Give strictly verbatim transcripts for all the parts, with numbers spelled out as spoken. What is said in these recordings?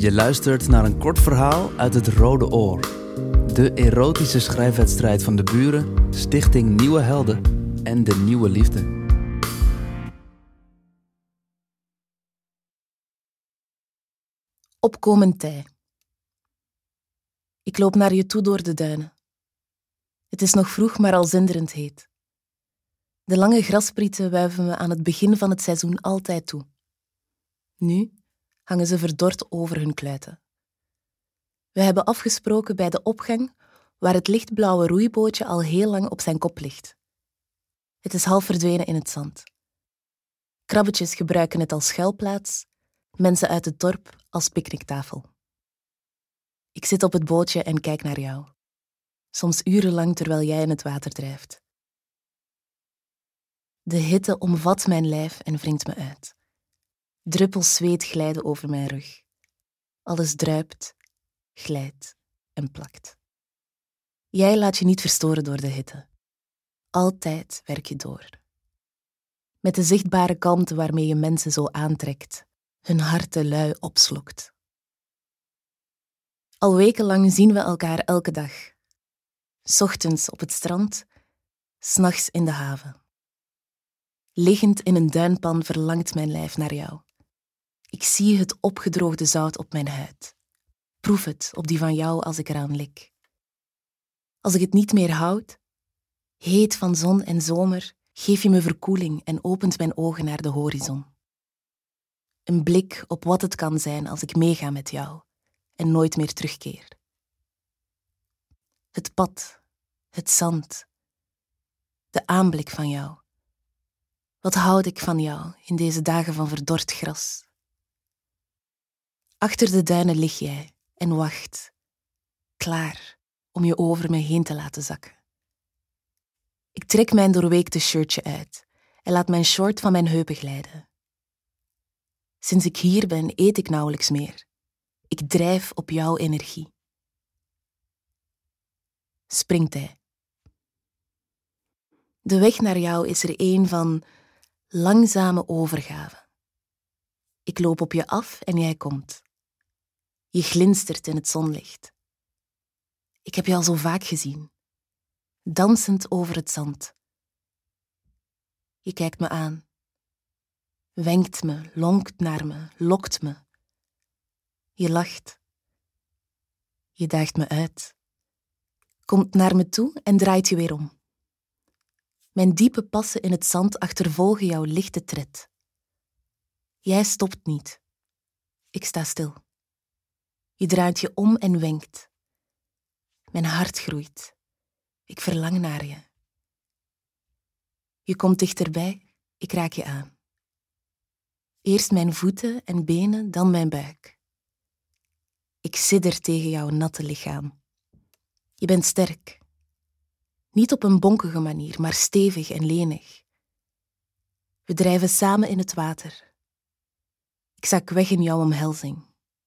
Je luistert naar een kort verhaal uit het Rode Oor. De erotische schrijfwedstrijd van de buren, Stichting Nieuwe Helden en de Nieuwe Liefde. Opkomend tij. Ik loop naar je toe door de duinen. Het is nog vroeg, maar al zinderend heet. De lange grasprieten wuiven me aan het begin van het seizoen altijd toe. Nu hangen ze verdord over hun kluiten. We hebben afgesproken bij de opgang waar het lichtblauwe roeibootje al heel lang op zijn kop ligt. Het is half verdwenen in het zand. Krabbetjes gebruiken het als schuilplaats, mensen uit het dorp als picknicktafel. Ik zit op het bootje en kijk naar jou. Soms urenlang terwijl jij in het water drijft. De hitte omvat mijn lijf en wringt me uit. Druppels zweet glijden over mijn rug. Alles druipt, glijdt en plakt. Jij laat je niet verstoren door de hitte. Altijd werk je door. Met de zichtbare kalmte waarmee je mensen zo aantrekt, hun harten lui opslokt. Al wekenlang zien we elkaar elke dag. 's Ochtends op het strand, 's nachts in de haven. Liggend in een duinpan verlangt mijn lijf naar jou. Ik zie het opgedroogde zout op mijn huid. Proef het op die van jou als ik eraan lik. Als ik het niet meer houd, heet van zon en zomer, geef je me verkoeling en opent mijn ogen naar de horizon. Een blik op wat het kan zijn als ik meega met jou en nooit meer terugkeer. Het pad, het zand, de aanblik van jou. Wat houd ik van jou in deze dagen van verdord gras? Achter de duinen lig jij en wacht, klaar om je over me heen te laten zakken. Ik trek mijn doorweekte shirtje uit en laat mijn short van mijn heupen glijden. Sinds ik hier ben, eet ik nauwelijks meer. Ik drijf op jouw energie. Springtij. De weg naar jou is er een van langzame overgave. Ik loop op je af en jij komt. Je glinstert in het zonlicht. Ik heb je al zo vaak gezien, dansend over het zand. Je kijkt me aan, wenkt me, lonkt naar me, lokt me. Je lacht. Je daagt me uit, komt naar me toe en draait je weer om. Mijn diepe passen in het zand achtervolgen jouw lichte tred. Jij stopt niet. Ik sta stil. Je draait je om en wenkt. Mijn hart groeit. Ik verlang naar je. Je komt dichterbij, ik raak je aan. Eerst mijn voeten en benen, dan mijn buik. Ik sidder tegen jouw natte lichaam. Je bent sterk. Niet op een bonkige manier, maar stevig en lenig. We drijven samen in het water. Ik zak weg in jouw omhelzing.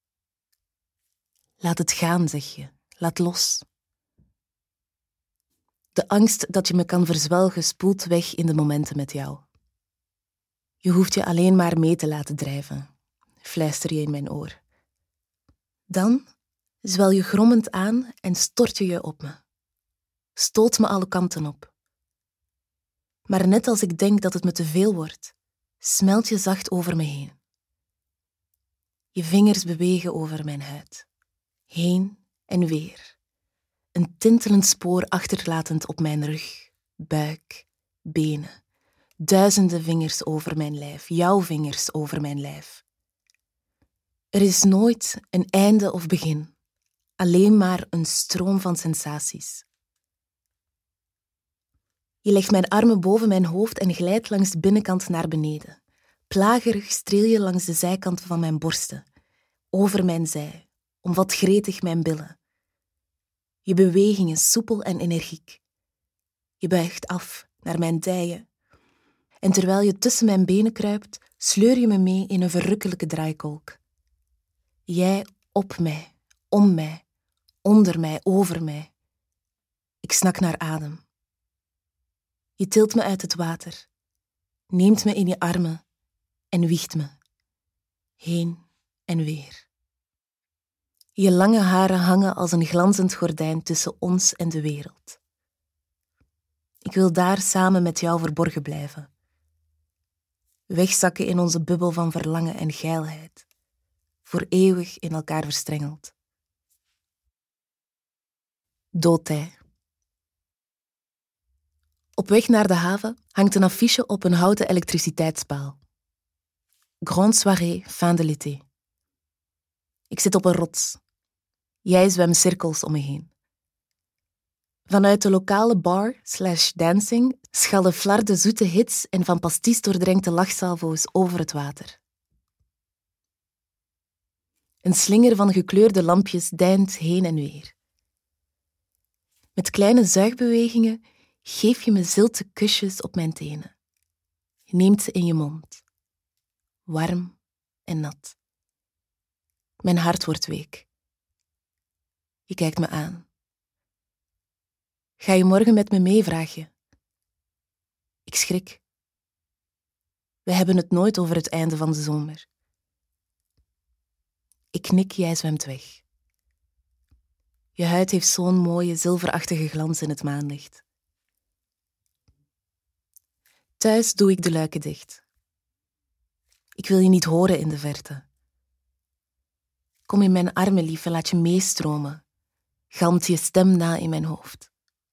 Laat het gaan, zeg je. Laat los. De angst dat je me kan verzwelgen spoelt weg in de momenten met jou. Je hoeft je alleen maar mee te laten drijven, fluister je in mijn oor. Dan zwel je grommend aan en stort je je op me. Stoot me alle kanten op. Maar net als ik denk dat het me te veel wordt, smelt je zacht over me heen. Je vingers bewegen over mijn huid. Heen en weer. Een tintelend spoor achterlatend op mijn rug, buik, benen. Duizenden vingers over mijn lijf, jouw vingers over mijn lijf. Er is nooit een einde of begin, alleen maar een stroom van sensaties. Je legt mijn armen boven mijn hoofd en glijdt langs de binnenkant naar beneden. Plagerig streel je langs de zijkanten van mijn borsten, over mijn zij, omvat gretig mijn billen. Je beweging is soepel en energiek. Je buigt af naar mijn dijen. En terwijl je tussen mijn benen kruipt, sleur je me mee in een verrukkelijke draaikolk. Jij op mij, om mij, onder mij, over mij. Ik snak naar adem. Je tilt me uit het water, neemt me in je armen en wiegt me, heen en weer. Je lange haren hangen als een glanzend gordijn tussen ons en de wereld. Ik wil daar samen met jou verborgen blijven. Wegzakken in onze bubbel van verlangen en geilheid. Voor eeuwig in elkaar verstrengeld. Doodtij. Op weg naar de haven hangt een affiche op een houten elektriciteitspaal. Grande soirée, fin de l'été. Ik zit op een rots. Jij zwemt cirkels om me heen. Vanuit de lokale bar slash dancing schallen flarde zoete hits en van pastis doordrenkte lachsalvo's over het water. Een slinger van gekleurde lampjes deint heen en weer. Met kleine zuigbewegingen geef je me zilte kusjes op mijn tenen. Je neemt ze in je mond. Warm en nat. Mijn hart wordt week. Je kijkt me aan. Ga je morgen met me mee, vraag je. Ik schrik. We hebben het nooit over het einde van de zomer. Ik knik, jij zwemt weg. Je huid heeft zo'n mooie, zilverachtige glans in het maanlicht. Thuis doe ik de luiken dicht. Ik wil je niet horen in de verte. Kom in mijn armen, lief, en laat je meestromen. Galmt je stem na in mijn hoofd.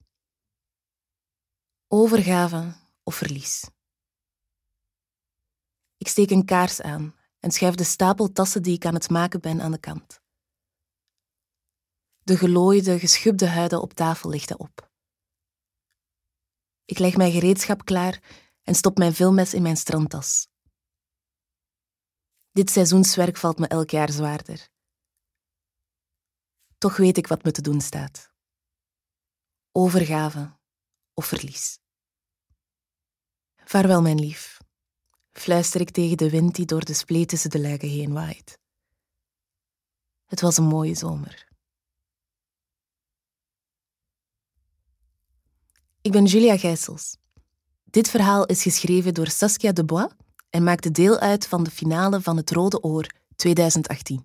Overgave of verlies. Ik steek een kaars aan en schuif de stapel tassen die ik aan het maken ben aan de kant. De gelooide, geschubde huiden op tafel lichten op. Ik leg mijn gereedschap klaar en stop mijn filmmes in mijn strandtas. Dit seizoenswerk valt me elk jaar zwaarder. Toch weet ik wat me te doen staat. Overgave of verlies. Vaarwel, mijn lief, fluister ik tegen de wind die door de spleet tussen de luiken heen waait. Het was een mooie zomer. Ik ben Julia Gijsels. Dit verhaal is geschreven door Saskia de Bois en maakte deel uit van de finale van het Rode Oor twintig achttien.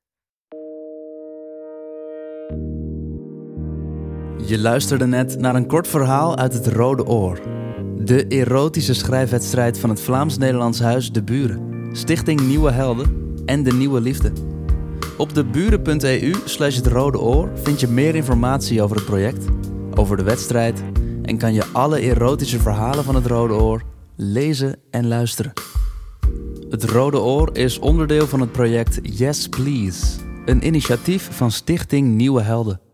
Je luisterde net naar een kort verhaal uit het Rode Oor. De erotische schrijfwedstrijd van het Vlaams-Nederlands Huis De Buren, Stichting Nieuwe Helden en De Nieuwe Liefde. Op deburen.eu slash het Rode Oor vind je meer informatie over het project, over de wedstrijd en kan je alle erotische verhalen van het Rode Oor lezen en luisteren. Het Rode Oor is onderdeel van het project Yes Please, een initiatief van Stichting Nieuwe Helden.